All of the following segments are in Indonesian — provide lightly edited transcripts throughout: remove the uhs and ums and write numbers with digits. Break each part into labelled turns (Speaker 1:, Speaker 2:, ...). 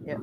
Speaker 1: Ya.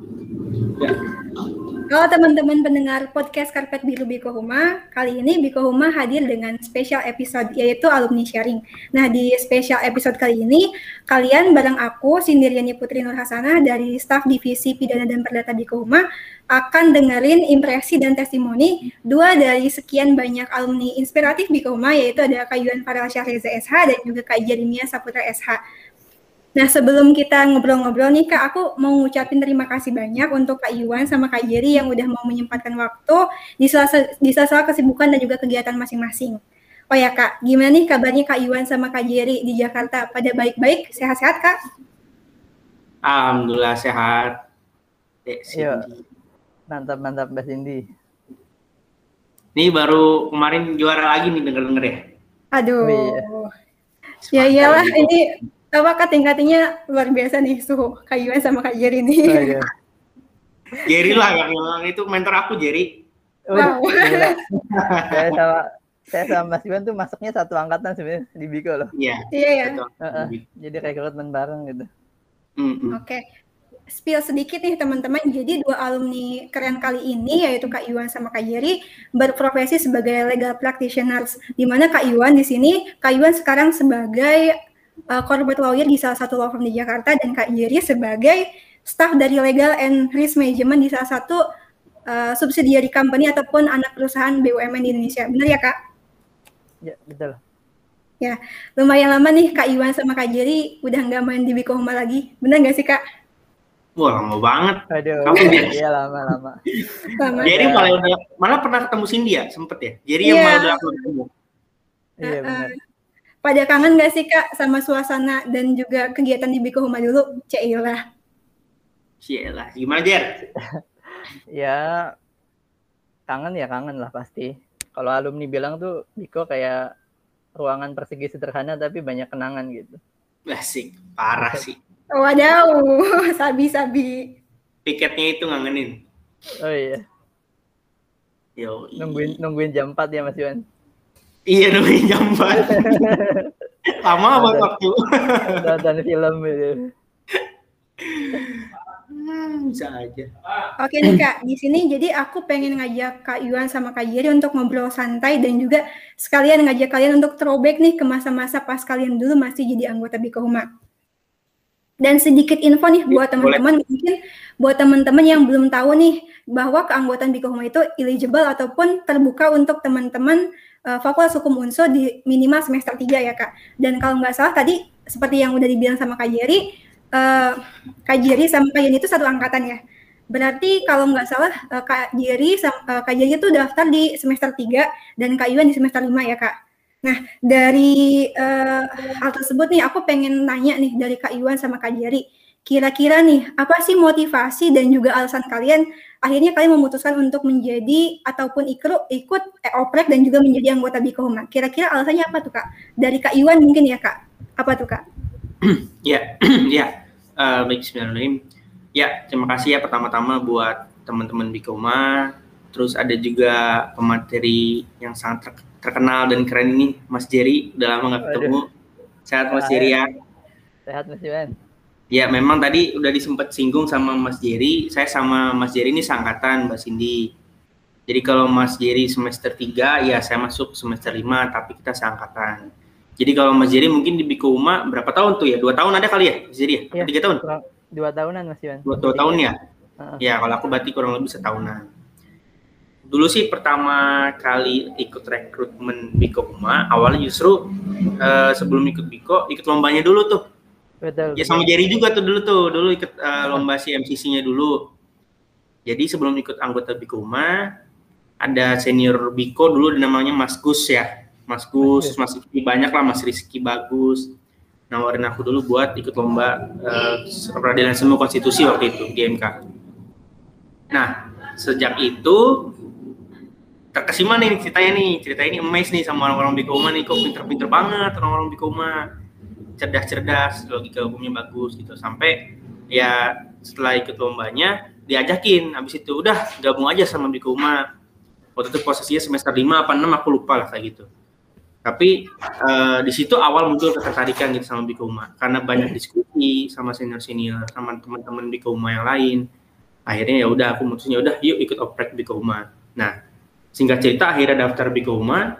Speaker 2: Halo teman-teman pendengar podcast Karpet Biru Biko Huma. Kali ini Biko Huma hadir dengan spesial episode yaitu alumni sharing. Nah, di spesial episode kali ini kalian bareng aku Sindiryani Putri Nur Hasanah dari staf divisi Pidana dan Perdata Biko Huma akan dengerin impresi dan testimoni dua dari sekian banyak alumni inspiratif Biko Huma, yaitu ada Kak Yuan Farel Syahreza SH dan juga Kak Jeremia Saputra SH. Nah, sebelum kita ngobrol-ngobrol nih, Kak, aku mau ngucapin terima kasih banyak untuk Kak Yuan sama Kak Jerry yang udah mau menyempatkan waktu di sela-sela kesibukan dan juga kegiatan masing-masing. Oh ya, Kak, gimana nih kabarnya Kak Yuan sama Kak Jerry di Jakarta? Pada baik-baik? Sehat-sehat, Kak?
Speaker 3: Alhamdulillah sehat.
Speaker 1: Iya. Mantap Mbak Cindy.
Speaker 3: Ini baru kemarin juara lagi nih denger-denger ya.
Speaker 2: Aduh.
Speaker 1: Oh, iya.
Speaker 2: Ya iyalah, ini apa tingkatnya luar biasa nih suhu Kak Yuan sama Kak Jerry nih.
Speaker 1: Oh, iya.
Speaker 3: Jerry lah yang itu mentor aku, Jerry.
Speaker 2: Wow.
Speaker 1: saya sama Mas Yuan tuh masuknya satu angkatan sebenarnya di Biko loh.
Speaker 3: Iya.
Speaker 2: Iya.
Speaker 1: Jadi rekrutmen bareng gitu.
Speaker 2: Oke. Spill sedikit nih teman-teman. Jadi dua alumni keren kali ini yaitu Kak Yuan sama Kak Jerry berprofesi sebagai legal practitioners. Di mana Kak Yuan di sini, Kak Yuan sekarang sebagai corporate lawyer di salah satu law firm di Jakarta dan Kak Jerry sebagai staff dari legal and risk management di salah satu subsidiary company ataupun anak perusahaan BUMN di Indonesia. Benar ya, Kak?
Speaker 1: Ya, betul.
Speaker 2: Ya, lumayan lama nih Kak Yuan sama Kak Jerry udah nggak main di Biko Huma lagi. Benar nggak sih, Kak?
Speaker 3: Wah, lama banget.
Speaker 1: Aduh, iya lama.
Speaker 3: Jerry malah pernah ketemu Cindy ya? Sempet ya? Jerry yang malah udah ketemu.
Speaker 1: Iya, benar.
Speaker 2: Pada kangen nggak sih, Kak, sama suasana dan juga kegiatan di Biko Huma dulu? Cielah.
Speaker 3: Gimana, Jer?
Speaker 1: Ya, kangen lah pasti. Kalau alumni bilang tuh Biko kayak ruangan persegi sederhana tapi banyak kenangan gitu.
Speaker 3: Asik, parah sih.
Speaker 2: Wadaw, sabi-sabi.
Speaker 3: Tiketnya itu ngangenin.
Speaker 1: Oh iya.
Speaker 3: Yo.
Speaker 1: Nungguin jam 4 ya Mas Yuan?
Speaker 3: Iya, nungguin jam 4. Lama banget waktu.
Speaker 1: Nonton film gitu.
Speaker 2: Bisa aja. Oke nih Kak, di sini jadi aku pengen ngajak Kak Yuan sama Kak Jerry untuk ngobrol santai dan juga sekalian ngajak kalian untuk throwback nih ke masa-masa pas kalian dulu masih jadi anggota Biko Huma. Dan sedikit info nih buat teman-teman, mungkin buat teman-teman yang belum tahu nih bahwa keanggotaan Biko Huma itu eligible ataupun terbuka untuk teman-teman Fakultas Hukum Unso di minimal semester 3 ya Kak. Dan kalau nggak salah tadi seperti yang udah dibilang sama Kak Jerry sama Kak Yeni itu satu angkatan ya. Berarti kalau nggak salah Kak Jerry itu daftar di semester 3 dan Kak Yuan di semester 5 ya Kak. Nah, dari hal tersebut nih aku pengen nanya nih dari Kak Yuan sama Kak Jerry. Kira-kira nih, apa sih motivasi dan juga alasan kalian akhirnya kalian memutuskan untuk menjadi ataupun ikut oprek dan juga menjadi anggota Biko Huma? Kira-kira alasannya apa tuh Kak? Dari Kak Yuan mungkin ya Kak? Apa tuh Kak?
Speaker 3: Ya. Baik, bismillahirrahmanirrahim. Ya, terima kasih ya pertama-tama buat teman-teman Biko Huma. Terus ada juga pemateri yang sangat terkenal dan keren ini, Mas Jerry. Udah lama nggak ketemu. Sehat Mas Jerry ya?
Speaker 1: Sehat Mas Yuan.
Speaker 3: Ya, memang tadi udah disempet singgung sama Mas Jerry. Saya sama Mas Jerry ini seangkatan, Mbak Cindy. Jadi kalau Mas Jerry semester 3, ya saya masuk semester 5, tapi kita seangkatan. Jadi kalau Mas Jerry mungkin di Biko Huma berapa tahun tuh ya? 2 tahun ada kali ya, Mas Jerry ya?
Speaker 1: Ya
Speaker 3: 3 tahun?
Speaker 1: 2 tahunan Mas Yuan.
Speaker 3: 2 tahun ya? Ya, kalau aku berarti kurang lebih setahunan. Dulu sih pertama kali ikut rekrutmen Biko Huma, awalnya justru sebelum ikut Biko, ikut lombanya dulu tuh.
Speaker 1: Betul.
Speaker 3: Ya sama Jerry juga tuh dulu ikut lomba CMCC-nya dulu. Jadi sebelum ikut anggota Biko Huma, ada senior Biko dulu namanya Mas Gus ya. Mas Gus, Mas Rizky banyak lah, Mas Rizky bagus. Nawarin aku dulu buat ikut lomba peradilan semu konstitusi waktu itu di MK. Nah, sejak itu terkesima nih cerita ini emes nih sama orang-orang Biko Huma nih, kok pinter-pinter banget orang-orang Biko Huma. Cerdas, logika hukumnya bagus gitu. Sampai ya setelah ikut lombanya diajakin, habis itu udah gabung aja sama Biko Huma. Waktu itu posisinya semester 5 apa 6 aku lupa lah kayak gitu. Tapi di situ awal muncul ketertarikan gitu sama Biko Huma karena banyak diskusi sama senior sama teman-teman Biko Huma yang lain. Akhirnya ya udah aku mutusin, ya udah yuk ikut oprek Bikoma. Nah, singkat cerita akhirnya daftar Bikoma,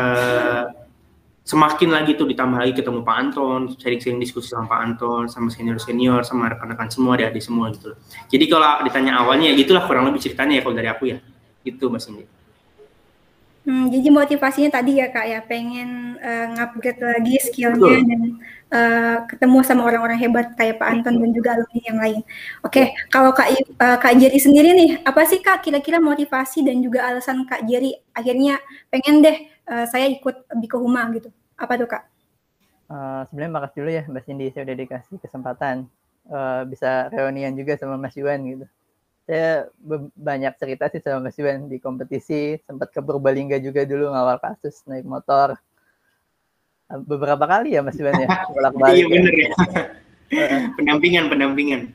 Speaker 3: semakin lagi tuh ditambah lagi ketemu Pak Anton, sering-sering diskusi sama Pak Anton, sama senior-senior, sama rekan-rekan semua, adik-adik semua gitu. Jadi kalau ditanya awalnya, ya gitulah kurang lebih ceritanya ya kalau dari aku ya. Gitu Mas Indi.
Speaker 2: Jadi motivasinya tadi ya Kak ya, pengen ngupgrade lagi skillnya dan ketemu sama orang-orang hebat kayak Pak Anton dan juga alumni yang lain. Oke, kalau Kak Jerry sendiri nih, apa sih Kak kira-kira motivasi dan juga alasan Kak Jerry akhirnya pengen deh saya ikut Bikohuma gitu? Apa tuh Kak?
Speaker 1: Sebenarnya makasih dulu ya Mbak Cindy, saya udah dikasih kesempatan bisa reunian juga sama Mas Yuan gitu. Saya banyak cerita sih sama Mas Yuan di kompetisi, sempat ke Purbalingga juga dulu ngawal kasus naik motor. Beberapa kali ya Mas Yuan ya, bolak-balik.
Speaker 3: Iya bener ya. Pendampingan.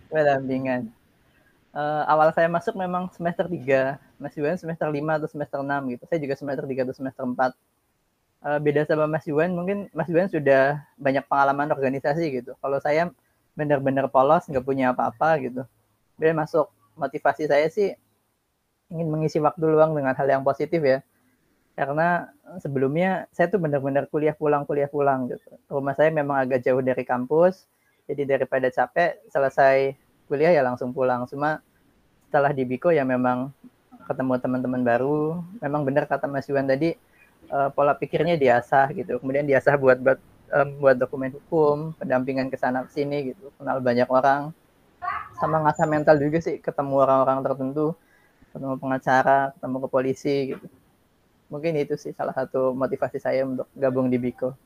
Speaker 1: Awal saya masuk memang semester 3, Mas Yuan semester 5 atau semester 6 gitu. Saya juga semester 3 atau semester 4. Beda sama Mas Yuan, mungkin Mas Yuan sudah banyak pengalaman organisasi gitu. Kalau saya benar-benar polos, nggak punya apa-apa gitu. Dia masuk, motivasi saya sih ingin mengisi waktu luang dengan hal yang positif ya. Karena sebelumnya saya tuh benar-benar kuliah pulang gitu. Rumah saya memang agak jauh dari kampus, jadi daripada capek selesai kuliah ya langsung pulang. Cuma setelah di Biko ya memang ketemu teman-teman baru. Memang benar kata Mas Yuan tadi, pola pikirnya diasah gitu. Kemudian diasah buat dokumen hukum, pendampingan ke sana ke sini gitu, kenal banyak orang. Sama ngasah mental juga sih, ketemu orang-orang tertentu, ketemu pengacara, ketemu ke polisi gitu. Mungkin itu sih salah satu motivasi saya untuk gabung di Biko.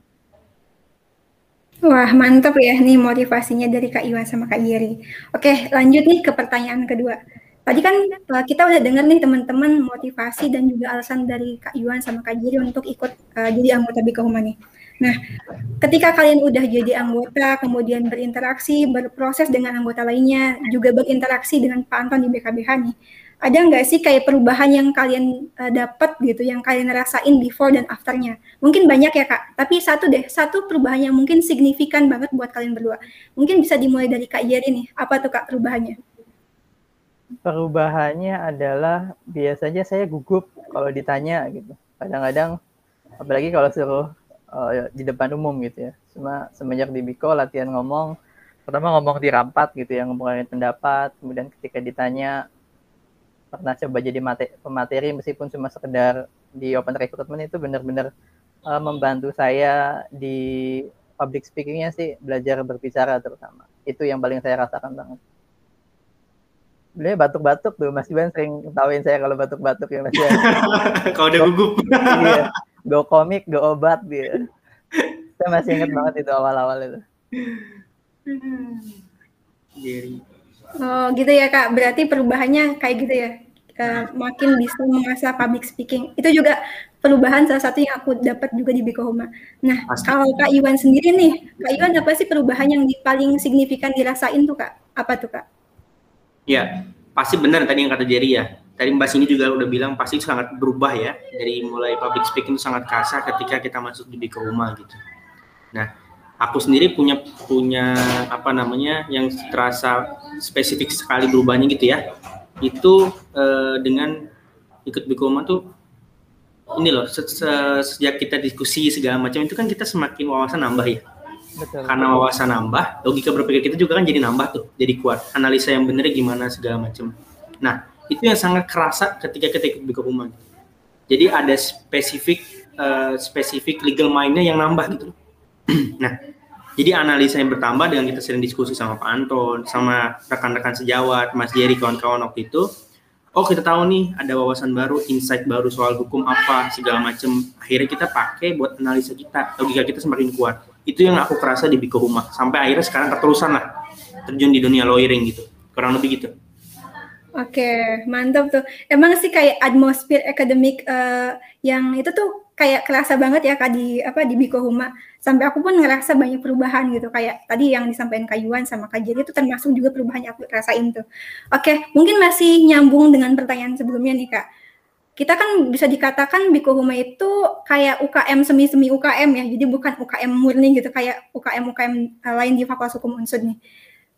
Speaker 2: Wah, mantap ya nih motivasinya dari Kak Iwan sama Kak Jerry. Oke, lanjut nih ke pertanyaan kedua. Tadi kan kita udah dengar nih teman-teman motivasi dan juga alasan dari Kak Iwan sama Kak Jerry untuk ikut jadi anggota Bikohuma nih. Nah, ketika kalian udah jadi anggota, kemudian berinteraksi, berproses dengan anggota lainnya, juga berinteraksi dengan Pak Anton di BKBH nih, ada nggak sih kayak perubahan yang kalian dapat gitu, yang kalian rasain before dan afternya? Mungkin banyak ya Kak, tapi satu perubahan yang mungkin signifikan banget buat kalian berdua. Mungkin bisa dimulai dari Kak Jerry nih, apa tuh Kak perubahannya?
Speaker 1: Perubahannya adalah biasanya saya gugup kalau ditanya gitu. Kadang-kadang, apalagi kalau suruh di depan umum gitu ya. Cuma semenjak di Biko latihan ngomong, pertama ngomong di rapat gitu ya, ngomongin pendapat, kemudian ketika ditanya pernah coba jadi pemateri meskipun cuma sekedar di open recruitment, itu benar-benar membantu saya di public speaking-nya sih, belajar berbicara terutama. Itu yang paling saya rasakan banget. Sebenarnya batuk-batuk tuh, Mas Iwan sering tahuin saya kalau batuk-batuk ya Mas Iwan.
Speaker 3: Kalau udah gugup.
Speaker 1: Iya. Go komik, go obat gitu. Saya masih ingat banget itu awal-awal itu.
Speaker 2: Oh gitu ya Kak, berarti perubahannya kayak gitu ya, makin bisa mengasah public speaking. Itu juga perubahan salah satu yang aku dapat juga di Bikohuma. Nah, kalau Kak Iwan sendiri nih, Kak Iwan apa sih perubahan yang paling signifikan dirasain tuh Kak? Apa tuh Kak?
Speaker 3: Ya, pasti benar tadi yang kata Jerry ya. Tadi Mbak Cindy juga udah bilang pasti sangat berubah ya, dari mulai public speaking itu sangat kasar ketika kita masuk di Bikohuma gitu. Nah, aku sendiri punya apa namanya yang terasa spesifik sekali berubahnya gitu ya. Itu dengan ikut Bikohuma tuh ini loh, sejak kita diskusi segala macam itu kan kita semakin wawasan nambah ya. Betul. Karena wawasan nambah, logika berpikir kita juga kan jadi nambah tuh, jadi kuat. Analisa yang bener gimana segala macam. Nah, itu yang sangat kerasa ketika kita ikut Bikohuma. Jadi ada spesifik legal mind-nya yang nambah gitu. Nah, jadi analisa yang bertambah dengan kita sering diskusi sama Pak Anton, sama rekan-rekan sejawat, Mas Jerry, kawan-kawan waktu itu. Oh, kita tahu nih ada wawasan baru, insight baru soal hukum apa, segala macam. Akhirnya kita pakai buat analisa kita, logika kita semakin kuat. Itu yang aku kerasa di Bikohuma. Sampai akhirnya sekarang terterusan lah, terjun di dunia lawyering gitu. Kurang lebih gitu.
Speaker 2: Oke, mantap tuh. Emang sih kayak atmosfer akademik yang itu tuh kayak kerasa banget ya Kak di Bikohuma. Sampai aku pun ngerasa banyak perubahan gitu. Kayak tadi yang disampaikan Kak Yuan sama Kak Jerry itu termasuk juga perubahan yang aku rasain tuh. Oke, mungkin masih nyambung dengan pertanyaan sebelumnya nih Kak. Kita kan bisa dikatakan Bikohuma itu kayak UKM semi-semi UKM ya. Jadi bukan UKM murni gitu kayak UKM lain di Fakultas Hukum Unsud nih.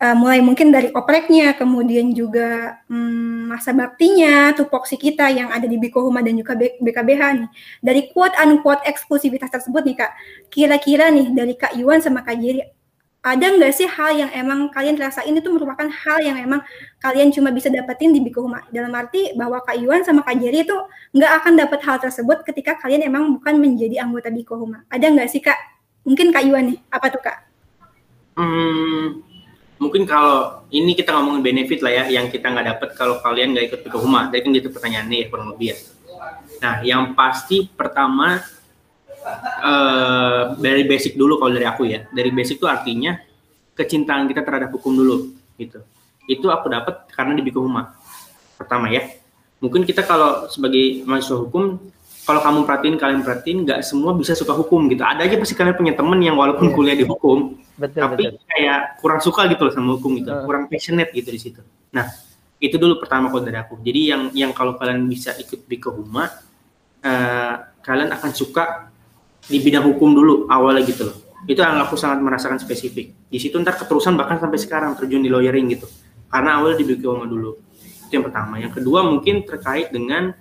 Speaker 2: mulai mungkin dari opreknya, kemudian juga masa baktinya, tupoksi kita yang ada di Bikohuma dan juga BKBH nih. Dari quote-unquote eksklusivitas tersebut nih Kak, kira-kira nih dari Kak Yuan sama Kak Jerry, ada nggak sih hal yang emang kalian rasain itu merupakan hal yang emang kalian cuma bisa dapetin di Bikohuma? Dalam arti bahwa Kak Yuan sama Kak Jerry itu nggak akan dapat hal tersebut ketika kalian emang bukan menjadi anggota Bikohuma. Ada nggak sih Kak? Mungkin Kak Yuan nih, apa tuh Kak?
Speaker 3: Mungkin kalau ini kita ngomongin benefit lah ya, yang kita nggak dapat kalau kalian nggak ikut Bikohuma. Tadi kan gitu pertanyaannya ya, kurang lebih ya. Nah, yang pasti pertama dari basic dulu kalau dari aku ya. Dari basic itu artinya kecintaan kita terhadap hukum dulu, gitu. Itu aku dapat karena di Bikohuma. Pertama ya. Mungkin kita kalau sebagai mahasiswa hukum, kalau kalian perhatiin, nggak semua bisa suka hukum gitu. Ada aja pasti kalian punya temen yang walaupun kuliah di hukum, tapi kayak kurang suka gitu loh sama hukum gitu, kurang passionate gitu di situ. Nah, itu dulu pertama kalau dari aku. Jadi yang kalau kalian bisa ikut Bikohuma, kalian akan suka di bidang hukum dulu awalnya gitu loh. Itu yang aku sangat merasakan spesifik. Di situ ntar keterusan bahkan sampai sekarang terjun di lawyering gitu. Karena awalnya di Bikohuma dulu. Itu yang pertama. Yang kedua mungkin terkait dengan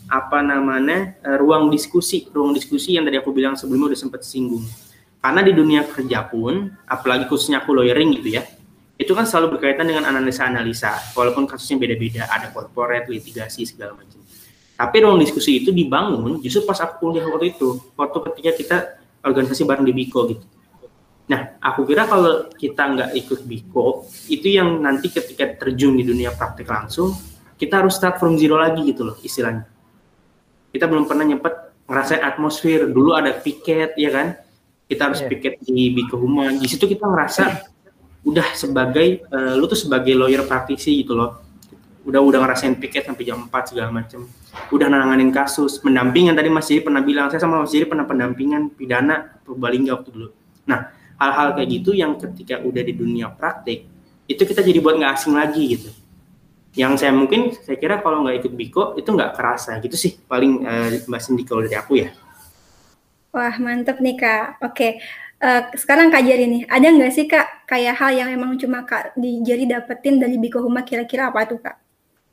Speaker 3: ruang diskusi yang tadi aku bilang sebelumnya udah sempat singgung. Karena di dunia kerja pun, apalagi khususnya aku lawyering gitu ya, itu kan selalu berkaitan dengan analisa-analisa, walaupun kasusnya beda-beda, ada corporate, litigasi, segala macam. Tapi ruang diskusi itu dibangun justru pas aku kuliah waktu ketika kita organisasi bareng di Biko gitu. Nah, aku kira kalau kita nggak ikut Biko, itu yang nanti ketika terjun di dunia praktik langsung, kita harus start from zero lagi gitu loh istilahnya. Kita belum pernah ngerasain atmosfer. Dulu ada piket, ya kan? Kita harus piket di Bikohuma. Di situ kita ngerasa udah sebagai lu tuh sebagai lawyer praktisi gitu loh. Udah ngerasain piket sampai jam 4 segala macam. Udah nanganin kasus, pendampingan tadi Mas Jerry pernah bilang, saya sama Mas Jerry pernah pendampingan pidana Purbalingga waktu dulu. Nah, hal-hal kayak gitu yang ketika udah di dunia praktik, itu kita jadi buat nggak asing lagi gitu. Yang saya kira kalau nggak ikut Biko itu nggak kerasa gitu sih paling Mbak Cindy kalau dari aku ya.
Speaker 2: Wah mantep nih Kak. Oke, sekarang Kak Jerry nih, ada nggak sih Kak kayak hal yang emang cuma Kak Jerry dapetin dari Bikohuma, kira-kira apa tuh Kak?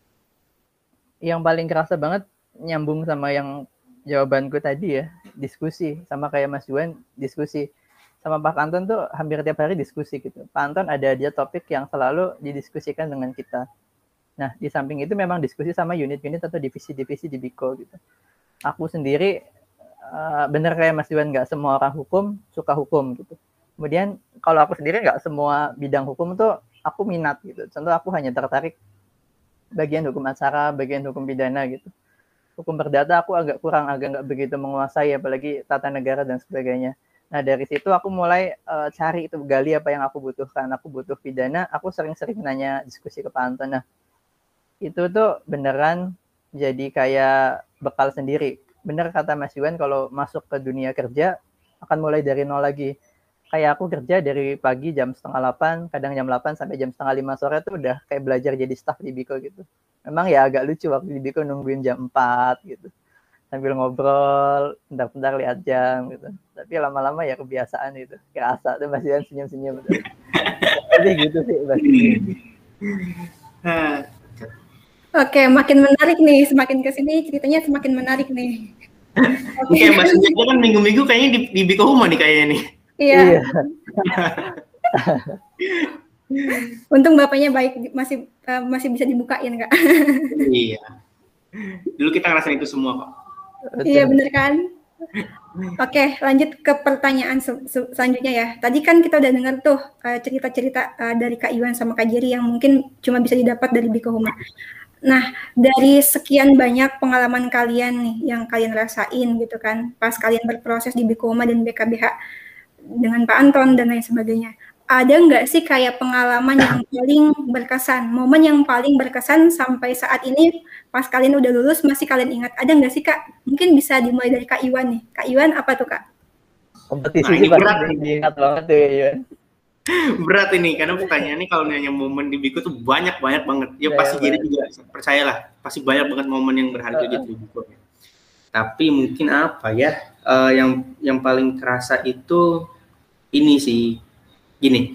Speaker 1: Yang paling kerasa banget nyambung sama yang jawabanku tadi ya, diskusi. Sama kayak Mas Juan, diskusi. Sama Pak Anton tuh hampir tiap hari diskusi gitu. Pak Anton ada aja topik yang selalu didiskusikan dengan kita. Nah, di samping itu memang diskusi sama unit-unit atau divisi-divisi di Biko gitu. Aku sendiri bener kayak Mas Iwan, nggak semua orang hukum suka hukum gitu. Kemudian kalau aku sendiri nggak semua bidang hukum tuh aku minat gitu. Contoh aku hanya tertarik bagian hukum acara, bagian hukum pidana gitu. Hukum perdata aku agak nggak begitu menguasai, apalagi tata negara dan sebagainya. Nah dari situ aku mulai cari itu, gali apa yang aku butuhkan. Aku butuh pidana, aku sering-sering nanya, diskusi ke Pak Anton. Nah itu tuh beneran jadi kayak bekal sendiri. Bener kata Mas Iwan, kalau masuk ke dunia kerja akan mulai dari nol lagi. Kayak aku kerja dari pagi jam 7:30, kadang jam 8 sampai jam 4:30 sore tuh udah kayak belajar jadi staff di Biko gitu. Memang ya agak lucu waktu di Biko nungguin jam 4 gitu. Sambil ngobrol, bentar-bentar lihat jam gitu. Tapi lama-lama ya kebiasaan gitu. Kerasa tuh Mas Iwan senyum-senyum. Jadi gitu sih Mas Iwan.
Speaker 2: Oke, makin menarik nih. Semakin kesini ceritanya semakin menarik nih.
Speaker 3: Oke, Mas Cindy kan minggu-minggu kayaknya di Bikohuma nih kayaknya nih.
Speaker 2: Iya. Untung bapaknya baik, masih bisa dibukain Kak.
Speaker 3: Iya. Dulu kita ngerasain itu semua kok.
Speaker 2: Iya bener kan. Oke, lanjut ke pertanyaan selanjutnya ya. Tadi kan kita udah dengar tuh cerita-cerita dari Kak Iwan sama Kak Jerry yang mungkin cuma bisa didapat dari Bikohuma. Nah, dari sekian banyak pengalaman kalian nih yang kalian rasain gitu kan, pas kalian berproses di Bikohuma dan BKBH dengan Pak Anton dan lain sebagainya, ada nggak sih kayak pengalaman yang paling berkesan, momen yang paling berkesan sampai saat ini pas kalian udah lulus masih kalian ingat? Ada nggak sih Kak? Mungkin bisa dimulai dari Kak Iwan nih. Kak Iwan apa tuh Kak?
Speaker 1: Kompetisi pasti diingat banget tuh ya Iwan.
Speaker 3: Berat ini karena pertanyaannya kalau nanya momen di Biko tuh banyak banget. Ya pasti jadi juga, percayalah pasti banyak banget momen yang berharga gitu di Biko. Tapi mungkin apa ya yang paling kerasa itu ini sih, gini,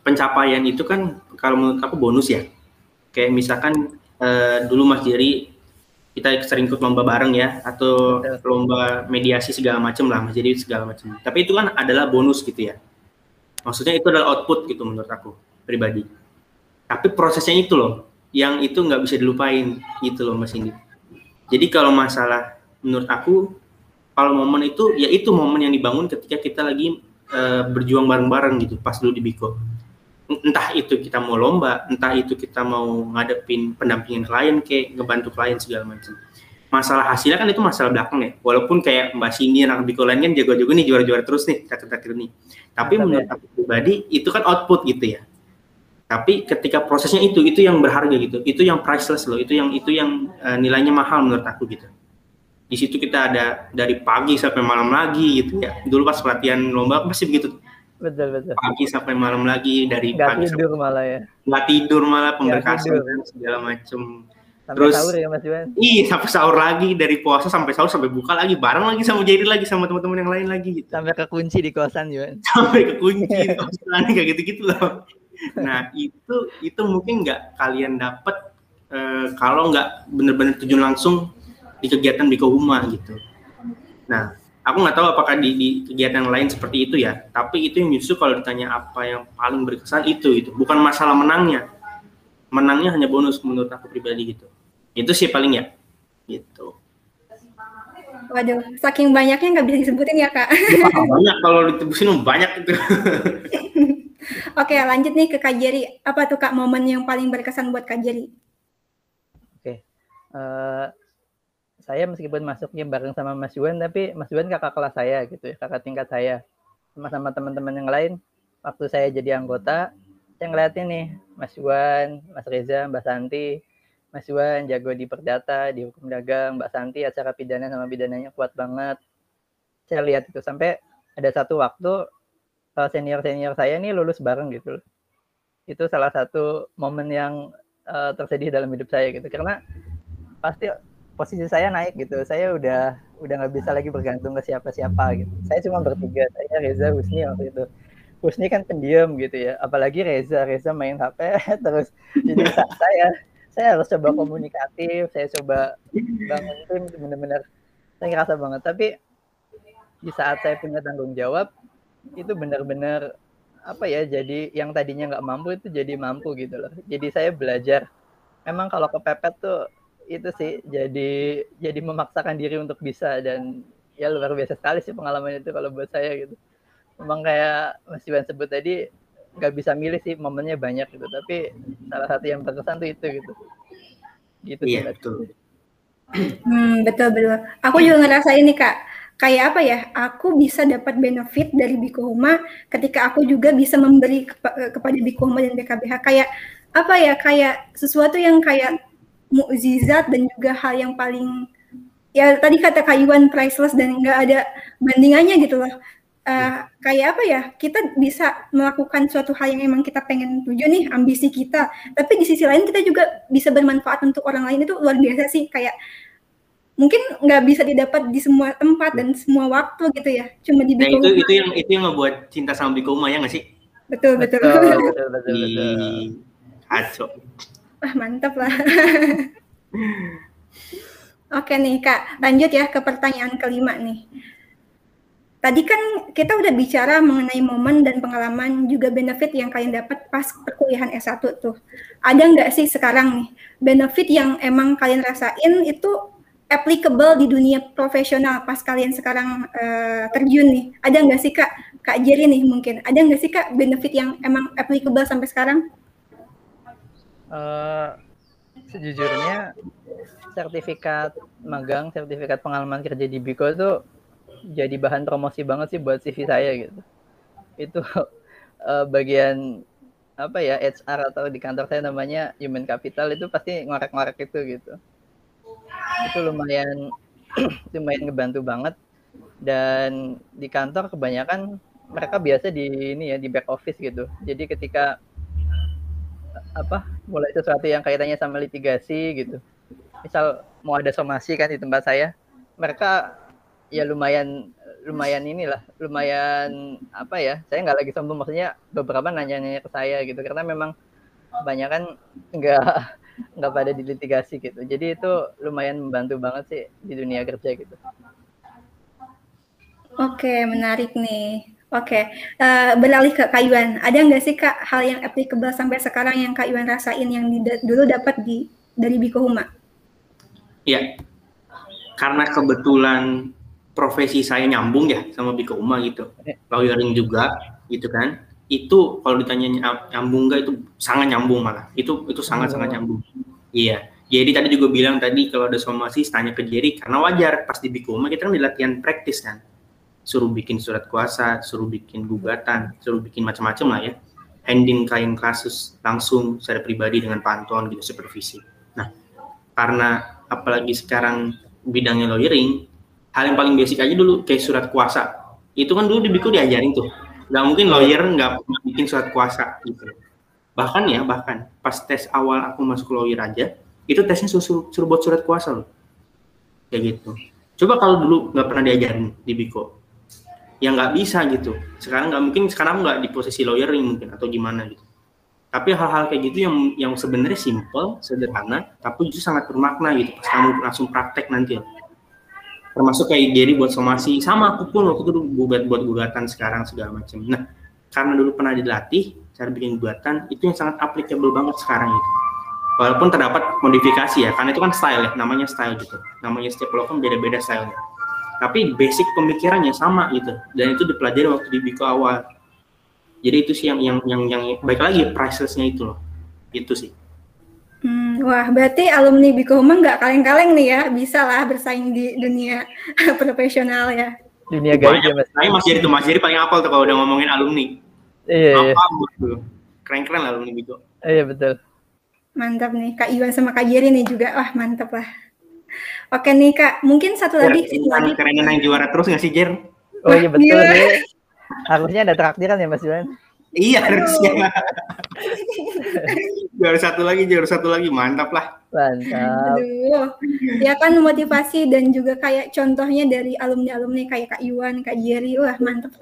Speaker 3: pencapaian itu kan kalau menurut aku bonus ya. Kayak misalkan dulu Mas Jerry kita sering ikut lomba bareng ya, atau lomba mediasi segala macam lah, Mas Jerry segala macam. Tapi itu kan adalah bonus gitu ya. Maksudnya itu adalah output gitu menurut aku pribadi. Tapi prosesnya itu loh, yang itu nggak bisa dilupain gitu loh Mas Indi. Jadi kalau masalah menurut aku, kalau momen itu, ya itu momen yang dibangun ketika kita lagi berjuang bareng-bareng gitu pas dulu di Biko. Entah itu kita mau lomba, entah itu kita mau ngadepin pendampingan klien, kayak ngebantu klien segala macam. Masalah hasilnya kan itu masalah belakang ya. Walaupun kayak Mbak Cindy anak Biko lain kan jago-jago nih, juara-juara terus nih, terakhir nih. Tapi menurut aku pribadi itu kan output gitu ya. Tapi ketika prosesnya itu yang berharga gitu. Itu yang priceless loh. Itu yang nilainya mahal menurut aku gitu. Di situ kita ada dari pagi sampai malam lagi gitu ya. Dulu pas latihan lomba pasti begitu.
Speaker 2: Betul.
Speaker 3: Pagi sampai malam lagi, dari pagi
Speaker 1: tidur malah ya.
Speaker 3: Nggak tidur malah, pemberkasan dan segala macem.
Speaker 1: Sampai
Speaker 3: terus
Speaker 1: sahur ya Mas Iwan?
Speaker 3: Sampai sahur lagi, dari puasa sampai sahur sampai buka lagi, bareng lagi sama Jerry lagi sama teman-teman yang lain lagi gitu.
Speaker 1: Sampai kekunci di kosan Iwan.
Speaker 3: Sampai kekunci di kosan kayak gitu-gitu loh. Nah itu mungkin nggak kalian dapat kalau nggak bener-bener terjun langsung di kegiatan Biko Huma gitu. Nah aku nggak tahu apakah di kegiatan lain seperti itu ya, tapi itu yang justru kalau ditanya apa yang paling berkesan itu bukan masalah menangnya hanya bonus menurut aku pribadi gitu. Itu sih paling ya gitu.
Speaker 2: Waduh, saking banyaknya nggak bisa disebutin ya Kak.
Speaker 3: Banyak, kalau ditebusin banyak itu.
Speaker 2: Oke, lanjut nih ke Kak Jerry. Apa tuh Kak momen yang paling berkesan buat Kak Jerry?
Speaker 1: Oke. Saya meskipun masuknya bareng sama Mas Iwan, tapi Mas Iwan kakak kelas saya gitu ya, kakak tingkat saya. Sama teman-teman yang lain, waktu saya jadi anggota, saya ngeliatin nih, Mas Iwan, Mas Reza, Mbak Santi, Mas Iwan jago di perdata, di hukum dagang, Mbak Santi acara pidana sama pidananya kuat banget. Saya lihat itu sampai ada satu waktu senior-senior saya nih lulus bareng gitu loh. Itu salah satu momen yang tersedih dalam hidup saya gitu, karena pasti posisi saya naik gitu. Saya udah nggak bisa lagi bergantung ke siapa-siapa gitu. Saya cuma bertiga, saya Reza, Husni waktu itu. Husni kan pendiam gitu ya, apalagi Reza main HP terus. Jadi saya harus coba komunikatif, saya coba bangun tim, benar-benar saya ngerasa banget. Tapi di saat saya punya tanggung jawab, itu benar-benar apa ya, jadi yang tadinya nggak mampu itu jadi mampu gitu loh. Jadi saya belajar, memang kalau kepepet tuh itu sih jadi memaksakan diri untuk bisa, dan ya luar biasa sekali sih pengalaman itu kalau buat saya gitu. Memang kayak Mas Iwan sebut tadi, nggak bisa milih sih, momennya banyak gitu, tapi salah satu yang berkesan tuh itu gitu. Gitu
Speaker 3: iya, betul.
Speaker 2: Betul. Aku juga ngerasain nih Kak, kayak apa ya, aku bisa dapat benefit dari Biko Huma ketika aku juga bisa memberi kepada Biko Huma dan BKBH. Kayak apa ya, kayak sesuatu yang kayak mukjizat dan juga hal yang paling, ya tadi kata Kak Iwan, priceless dan nggak ada bandingannya gitu loh. Kayak apa ya, kita bisa melakukan suatu hal yang emang kita pengen tuju nih, ambisi kita, tapi di sisi lain kita juga bisa bermanfaat untuk orang lain. Itu luar biasa sih, kayak mungkin nggak bisa didapat di semua tempat dan semua waktu gitu ya, cuma di Biko Huma.
Speaker 3: Itu yang ngebuat cinta sama Biko Huma ya nggak sih?
Speaker 2: Betul.
Speaker 3: Kacau.
Speaker 2: Wah, mantap lah. Oke nih Kak, lanjut ya ke pertanyaan kelima nih. Tadi kan kita udah bicara mengenai momen dan pengalaman juga benefit yang kalian dapat pas perkuliahan S1 tuh. Ada nggak sih sekarang nih benefit yang emang kalian rasain itu applicable di dunia profesional pas kalian sekarang terjun nih? Ada nggak sih Kak Jerry nih mungkin? Ada nggak sih Kak benefit yang emang applicable sampai sekarang?
Speaker 1: Sejujurnya sertifikat magang, sertifikat pengalaman kerja di Biko tuh jadi bahan promosi banget sih buat CV saya gitu. Itu bagian apa ya, HR atau di kantor saya namanya Human Capital, itu pasti ngorek-ngorek itu gitu. Itu lumayan ngebantu banget. Dan di kantor kebanyakan mereka biasa di back office gitu. Jadi ketika mulai sesuatu yang kaitannya sama litigasi gitu, misal mau ada somasi kan di tempat saya, mereka ya lumayan lumayan apa ya, saya nggak lagi sombong, maksudnya beberapa nanya-nanya ke saya gitu, karena memang kebanyakan nggak pada dilitigasi gitu. Jadi itu lumayan membantu banget sih di dunia kerja gitu.
Speaker 2: Oke, menarik nih. Oke, beralih ke Kak Yuan. Ada nggak sih Kak hal yang applicable sampai sekarang yang Kak Yuan rasain yang dulu dapat dari Biko Huma?
Speaker 3: Iya, karena kebetulan profesi saya nyambung ya sama Biko Huma gitu, lawyering juga gitu kan. Itu kalau ditanya nyambung nggak, itu sangat nyambung malah. Itu sangat nyambung. Iya. Jadi tadi juga bilang tadi kalau ada somasi tanya ke Jerry, karena wajar pas di Biko Huma kita kan di latihan praktis kan. Suruh bikin surat kuasa, suruh bikin gugatan, suruh bikin macam-macam lah ya. Handling klien kasus langsung secara pribadi dengan pantauan gitu, supervisi. Nah, karena apalagi sekarang bidangnya lawyering, hal yang paling basic aja dulu kayak surat kuasa. Itu kan dulu di Biko diajarin tuh. Nggak mungkin lawyer nggak bikin surat kuasa gitu. Bahkan pas tes awal aku masuk lawyer aja, itu tesnya suruh buat surat kuasa loh. Kayak gitu. Coba kalau dulu nggak pernah diajarin di Biko, ya nggak bisa gitu. Sekarang nggak mungkin, sekarang nggak di posisi lawyering mungkin atau gimana gitu. Tapi hal-hal kayak gitu yang sebenarnya simple, sederhana, tapi justru sangat bermakna gitu pas kamu langsung praktek nanti. Termasuk kayak Jerry buat somasi, sama aku pun waktu itu buat gugatan sekarang segala macam. Nah, karena dulu pernah dilatih cara bikin gugatan, itu yang sangat applicable banget sekarang gitu. Walaupun terdapat modifikasi ya, karena itu kan style ya, namanya style gitu. Namanya setiap law beda-beda stylenya. Tapi basic pemikirannya sama gitu, dan itu dipelajari waktu di Biko awal. Jadi itu sih yang baik lagi priceless-nya itu loh, itu sih.
Speaker 2: Wah, berarti alumni Biko Huma nggak kaleng-kaleng nih ya, bisa lah bersaing di dunia profesional ya.
Speaker 1: Dunia gaib ya Mas.
Speaker 3: Mas Jerry paling hafal tuh kalau udah ngomongin alumni.
Speaker 1: Iya.
Speaker 3: Gitu. Keren-keren alumni Biko.
Speaker 1: Iya betul.
Speaker 2: Mantap nih, Kak Iwan sama Kak Jerry nih juga, wah mantap lah. Oke nih Kak, mungkin satu lagi.
Speaker 3: Kerenan yang juara terus nggak sih Jer?
Speaker 1: Oh iya betul nih. Harusnya ada traktiran ya Mas Iwan.
Speaker 3: Iya harusnya. Juara satu lagi, mantap lah.
Speaker 1: Mantap.
Speaker 2: Aduh, ya kan motivasi dan juga kayak contohnya dari alumni-alumni kayak Kak Iwan, Kak Jerry, wah mantap.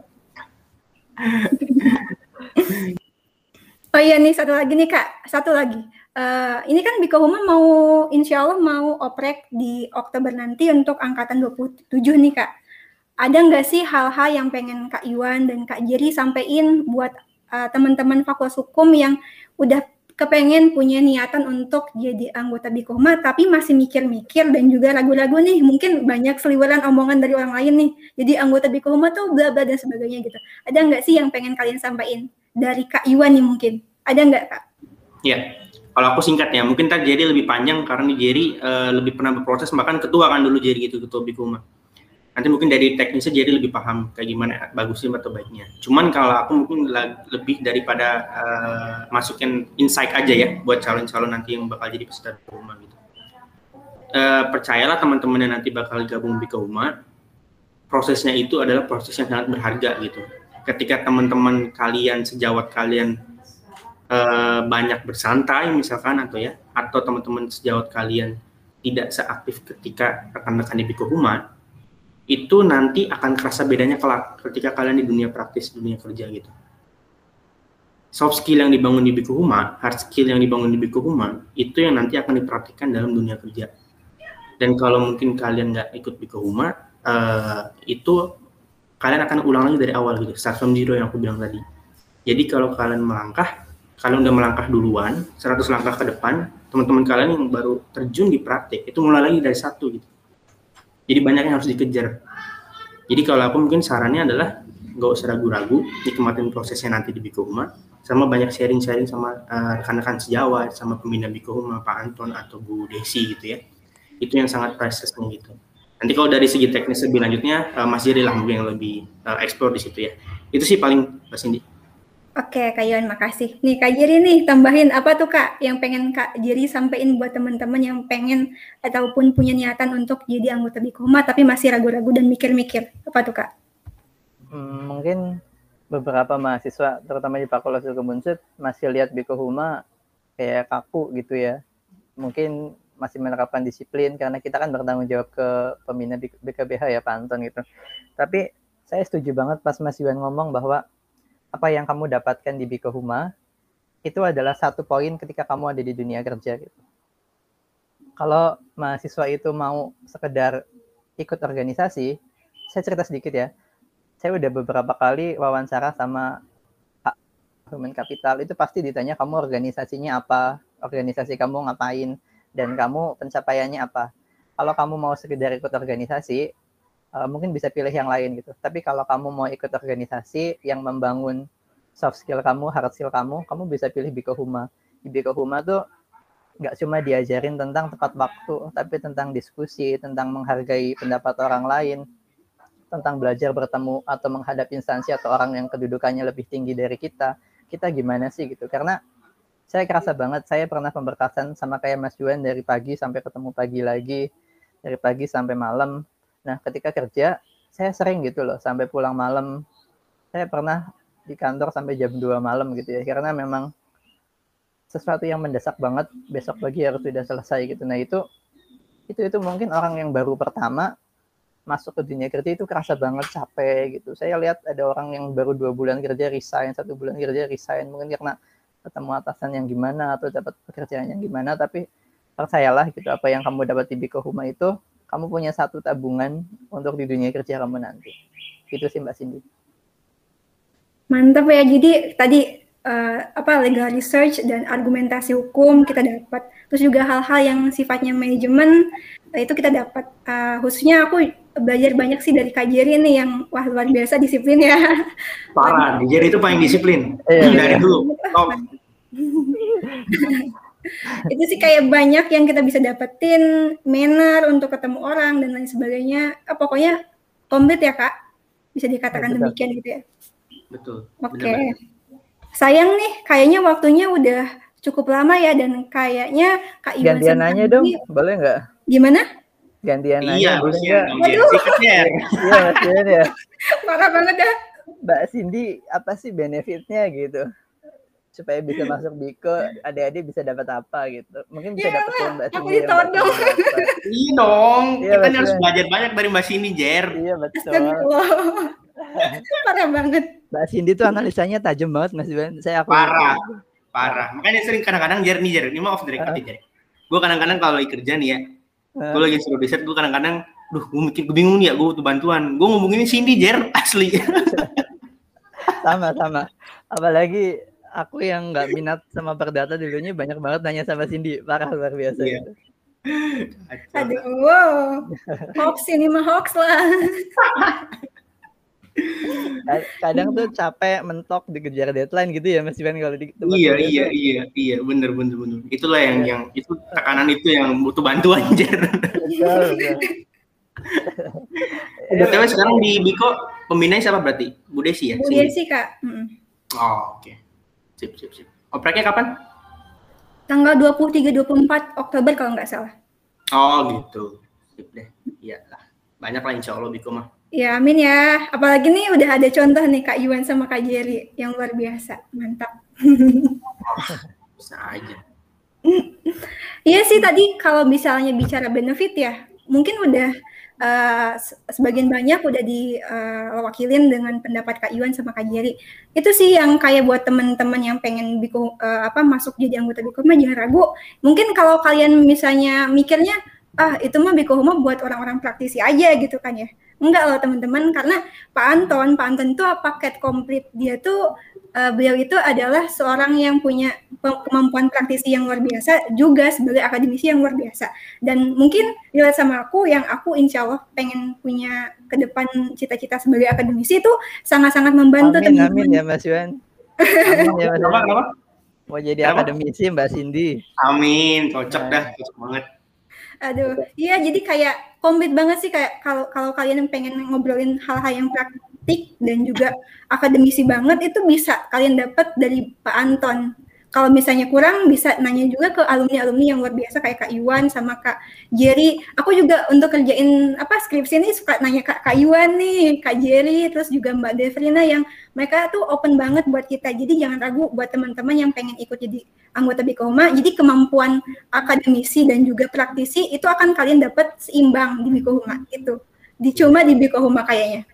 Speaker 2: Oh iya nih satu lagi nih Kak, ini kan Biko Huma insya Allah mau oprek di Oktober nanti untuk angkatan 27 nih Kak. Ada nggak sih hal-hal yang pengen Kak Iwan dan Kak Jerry sampein buat teman-teman Fakultas Hukum yang udah kepengen punya niatan untuk jadi anggota Biko Huma tapi masih mikir-mikir dan juga ragu-ragu nih, mungkin banyak seliweran omongan dari orang lain nih, jadi anggota Biko Huma tuh bla bla dan sebagainya gitu. Ada nggak sih yang pengen kalian sampaikan dari Kak Iwan nih mungkin? Ada nggak Kak?
Speaker 3: Iya, kalau aku singkat ya, mungkin tadi Jerry lebih panjang karena nih Jerry lebih pernah berproses, bahkan ketua kan dulu Jerry gitu, ketua Biko Huma. Nanti mungkin dari teknisnya Jerry lebih paham kayak gimana bagusnya atau baiknya. Cuman kalau aku mungkin lebih daripada masukin insight aja ya buat calon-calon nanti yang bakal jadi peserta Biko Huma gitu. Percayalah teman-teman yang nanti bakal gabung Biko Huma, prosesnya itu adalah proses yang sangat berharga gitu. Ketika teman-teman kalian, sejawat kalian banyak bersantai misalkan atau teman-teman sejawat kalian tidak seaktif ketika rekan-rekan di Biko Huma, itu nanti akan kerasa bedanya kelak ketika kalian di dunia praktis, dunia kerja gitu. Soft skill yang dibangun di Biko Huma, hard skill yang dibangun di Biko Huma, itu yang nanti akan dipraktikkan dalam dunia kerja. Dan kalau mungkin kalian nggak ikut Biko Huma, itu kalian akan ulang lagi dari awal gitu, start from zero yang aku bilang tadi. Jadi kalau kalian udah melangkah duluan, 100 langkah ke depan, teman-teman kalian yang baru terjun di praktik, itu mulai lagi dari satu gitu. Jadi banyak yang harus dikejar. Jadi kalau aku mungkin sarannya adalah nggak usah ragu-ragu, nikmatin prosesnya nanti di Biko Huma, sama banyak sharing-sharing sama rekan-rekan sejawat, sama pembina Biko Huma, Pak Anton atau Bu Desi gitu ya. Itu yang sangat priceless-nya gitu. Nanti kalau dari segi teknis lebih lanjutnya, Mas Jerry lah mungkin yang lebih explore di situ ya. Itu sih paling Mas Indi.
Speaker 2: Oke, Kak Iwan, makasih. Nih, Kak Jerry nih, tambahin apa tuh, Kak, yang pengen Kak Jerry sampaikan buat teman-teman yang pengen ataupun punya niatan untuk jadi anggota Biko Huma tapi masih ragu-ragu dan mikir-mikir. Apa tuh, Kak?
Speaker 1: Mungkin beberapa mahasiswa, terutama di Fakultas Hukum Unsud, masih lihat Biko Huma kayak kaku gitu ya. Mungkin masih menerapkan disiplin, karena kita kan bertanggung jawab ke pembina BKBH ya, Pak Anton gitu. Tapi saya setuju banget pas Mas Yuan ngomong bahwa apa yang kamu dapatkan di Biko Huma itu adalah satu poin ketika kamu ada di dunia kerja gitu. Kalau mahasiswa itu mau sekedar ikut organisasi, saya cerita sedikit ya. Saya udah beberapa kali wawancara sama Pak Human Capital, itu pasti ditanya kamu organisasinya apa, organisasi kamu ngapain, dan kamu pencapaiannya apa. Kalau kamu mau sekedar ikut organisasi, mungkin bisa pilih yang lain gitu. Tapi kalau kamu mau ikut organisasi yang membangun soft skill kamu, hard skill kamu bisa pilih Biko Huma. Di Biko Huma tuh nggak cuma diajarin tentang tepat waktu, tapi tentang diskusi, tentang menghargai pendapat orang lain, tentang belajar bertemu atau menghadap instansi atau orang yang kedudukannya lebih tinggi dari kita gimana sih gitu. Karena saya kerasa banget, saya pernah pemberkasan sama kayak Mas Yuan dari pagi sampai ketemu pagi lagi, dari pagi sampai malam. Nah, ketika kerja, saya sering gitu loh, sampai pulang malam. Saya pernah di kantor sampai jam 2 malam gitu ya, karena memang sesuatu yang mendesak banget, besok pagi harus sudah selesai gitu. Nah, itu mungkin orang yang baru pertama masuk ke dunia kerja itu kerasa banget capek gitu. Saya lihat ada orang yang baru 2 bulan kerja resign, 1 bulan kerja resign, mungkin karena ketemu atasan yang gimana atau dapat pekerjaan yang gimana, tapi percayalah gitu, apa yang kamu dapat di Biko Huma itu, kamu punya satu tabungan untuk di dunia kerja kamu nanti. Itu sih Mbak Cindy.
Speaker 2: Mantap ya, jadi tadi legal research dan argumentasi hukum kita dapat, terus juga hal-hal yang sifatnya manajemen itu kita dapat. Khususnya aku belajar banyak sih dari Kak Jerry nih yang wah luar biasa disiplin ya.
Speaker 3: Parah, Jerry itu paling disiplin dari dulu.
Speaker 2: Itu sih kayak banyak yang kita bisa dapetin, manner untuk ketemu orang dan lain sebagainya. Pokoknya komplit ya Kak, bisa dikatakan demikian gitu ya.
Speaker 3: Betul.
Speaker 2: Oke. Sayang nih, kayaknya waktunya udah cukup lama ya, dan kayaknya Kak Iwan
Speaker 1: gantian nanya dong, boleh nggak?
Speaker 2: Gimana?
Speaker 1: Gantian nanya,
Speaker 3: iya,
Speaker 1: boleh
Speaker 3: nggak?
Speaker 2: Waduh.
Speaker 1: Iya, Mas Yuan ya.
Speaker 2: Parah banget dah.
Speaker 1: Mbak Cindy, apa sih benefitnya gitu? Supaya bisa masuk Biko, adik-adik bisa dapat apa gitu. Mungkin bisa dapat Mbak Cindy.
Speaker 2: Aku ditodong.
Speaker 3: Iya dong,
Speaker 1: iya,
Speaker 3: kita harus belajar banyak dari Mbak Cindy, Jer.
Speaker 1: Iya, betul.
Speaker 2: Parah banget.
Speaker 1: Mbak Cindy tuh analisanya tajam banget, Mas Iwan. Saya aku
Speaker 3: parah. Makanya sering kadang-kadang Jer, ini mah off the record Jer. Gue kadang-kadang kalau lagi kerja nih ya, gue lagi suruh riset, gue kadang-kadang, gue bingung nih ya, gue butuh bantuan. Gue ngomongin Cindy, Jer, asli.
Speaker 1: Sama. Apalagi aku yang nggak minat sama perdata dulunya banyak banget nanya sama Cindy, parah luar biasa gitu.
Speaker 2: Aduh, wow. Hoax ini mah hoax lah.
Speaker 1: Kadang tuh capek mentok dikejar deadline gitu ya Mas Iwan kalau di tempat.
Speaker 3: Iya, bener. Itulah yang itu tekanan itu yang butuh bantuan, Jer.
Speaker 1: Betul.
Speaker 3: Tapi sekarang di Biko pembinanya siapa berarti? Bu Desi ya?
Speaker 2: Bu Desi Kak.
Speaker 3: Oh, oke. Sip. Opreknya kapan?
Speaker 2: Tanggal 23-24 Oktober kalau nggak salah.
Speaker 3: Oh gitu. Sip deh. Iyalah. Banyak lah insya Allah Biko mah.
Speaker 2: Ya amin ya. Apalagi nih udah ada contoh nih Kak Yuan sama Kak Jerry yang luar biasa. Mantap.
Speaker 3: Bisa aja.
Speaker 2: Iya sih, tadi kalau misalnya bicara benefit ya, mungkin udah sebagian banyak udah diwakilin dengan pendapat Kak Yuan sama Kak Jerry. Itu sih yang kayak buat teman-teman yang pengen Biko masuk jadi anggota Biko Huma jangan ragu. Mungkin kalau kalian misalnya mikirnya itu mah Biko Huma buat orang-orang praktisi aja gitu kan ya. Enggak loh teman-teman, karena Pak Anton itu paket komplit. Dia tuh beliau itu adalah seorang yang punya kemampuan praktisi yang luar biasa, juga sebagai akademisi yang luar biasa. Dan mungkin dilihat sama aku, yang aku insya Allah pengen punya ke depan cita-cita sebagai akademisi itu sangat-sangat membantu teman-teman.
Speaker 1: Amin ya Mas Yuan. Amin ya Mas Yuan.
Speaker 3: Kenapa?
Speaker 1: Mau jadi akademisi Mbak Cindy.
Speaker 3: Amin, cocok banget.
Speaker 2: Aduh, iya jadi kayak komplit banget sih, kayak kalau kalian pengen ngobrolin hal-hal yang praktik dan juga akademisi banget, itu bisa kalian dapat dari Pak Anton. Kalau misalnya kurang, bisa nanya juga ke alumni-alumni yang luar biasa kayak Kak Iwan sama Kak Jerry. Aku juga untuk kerjain skripsi ini suka nanya Kak Iwan nih, Kak Jerry, terus juga Mbak Devrina, yang mereka tuh open banget buat kita. Jadi jangan ragu buat teman-teman yang pengen ikut jadi anggota Biko Huma. Jadi kemampuan akademisi dan juga praktisi itu akan kalian dapat seimbang di Biko Huma. Itu cuma di Biko Huma kayaknya.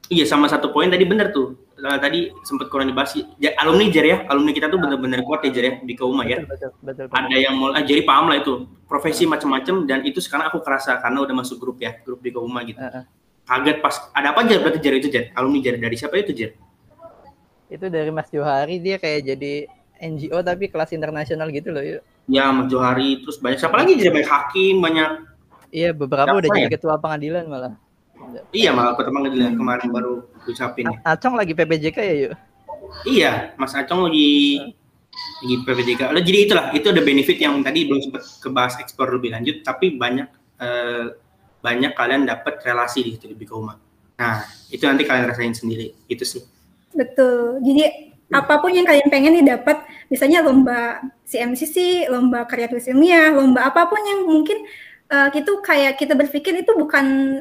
Speaker 3: Iya, sama satu poin tadi bener tuh. Tadi sempat kurang dibahas. Alumni Jer ya, alumni kita tuh bener-bener kuat ya Jer ya di Kauma ya.
Speaker 1: Betul.
Speaker 3: Ada yang mau Jerry paham lah itu profesi macam-macam, dan itu sekarang aku kerasa karena udah masuk grup ya, grup di Kauma gitu. Kaget pas ada apa Jer, berarti Jer itu Jer, alumni Jer dari siapa itu Jer?
Speaker 1: Itu dari Mas Johari, dia kayak jadi NGO tapi kelas internasional gitu loh yuk.
Speaker 3: Ya Mas Johari, terus banyak siapa lagi Jer, banyak hakim, banyak.
Speaker 1: Iya, beberapa udah jadi ketua pengadilan malah.
Speaker 3: Iya, malah ketua pengadilan kemarin baru ucapin ya.
Speaker 1: Acong lagi PPJK ya yuk.
Speaker 3: Iya, Mas Acong lagi PPJK. Jadi itulah, itu ada benefit yang tadi belum sempat kebahas ekspor lebih lanjut, tapi banyak kalian dapat relasi di situ di Bikauma. Nah, itu nanti kalian rasain sendiri, itu sih.
Speaker 2: Betul. Jadi apapun yang kalian pengen didapat, misalnya lomba CMCC, lomba karya tulis ilmiah, lomba apapun yang mungkin itu kayak kita berpikir itu bukan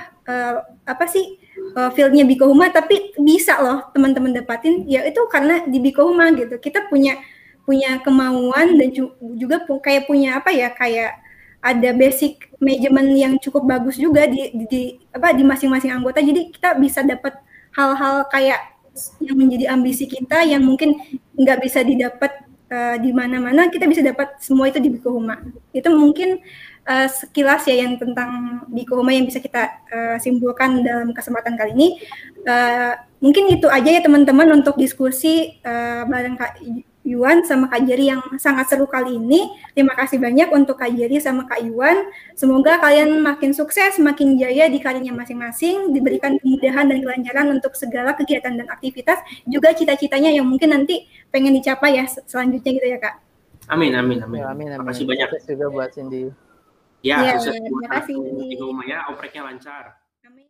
Speaker 2: fieldnya Bikohuma, tapi bisa loh teman-teman dapatin, ya itu karena di Bikohuma gitu. Kita punya kemauan dan juga kayak punya kayak ada basic management yang cukup bagus juga di masing-masing anggota. Jadi kita bisa dapat hal-hal kayak yang menjadi ambisi kita yang mungkin nggak bisa didapat di mana-mana, kita bisa dapat semua itu di Bikohuma. Itu mungkin sekilas ya yang tentang Bikohuma yang bisa kita simpulkan dalam kesempatan kali ini. Mungkin itu aja ya teman-teman untuk diskusi bareng Kak Yuan sama Kak Jerry yang sangat seru kali ini. Terima kasih banyak untuk Kak Jerry sama Kak Yuan. Semoga kalian makin sukses, makin jaya di karirnya masing-masing, diberikan kemudahan dan kelancaran untuk segala kegiatan dan aktivitas, juga cita-citanya yang mungkin nanti pengen dicapai ya selanjutnya gitu ya Kak.
Speaker 3: Amin.
Speaker 1: Terima kasih banyak. Sukses juga buat Cindy.
Speaker 3: Ya,
Speaker 2: terima kasih.
Speaker 3: Di rumah ya, opreknya lancar.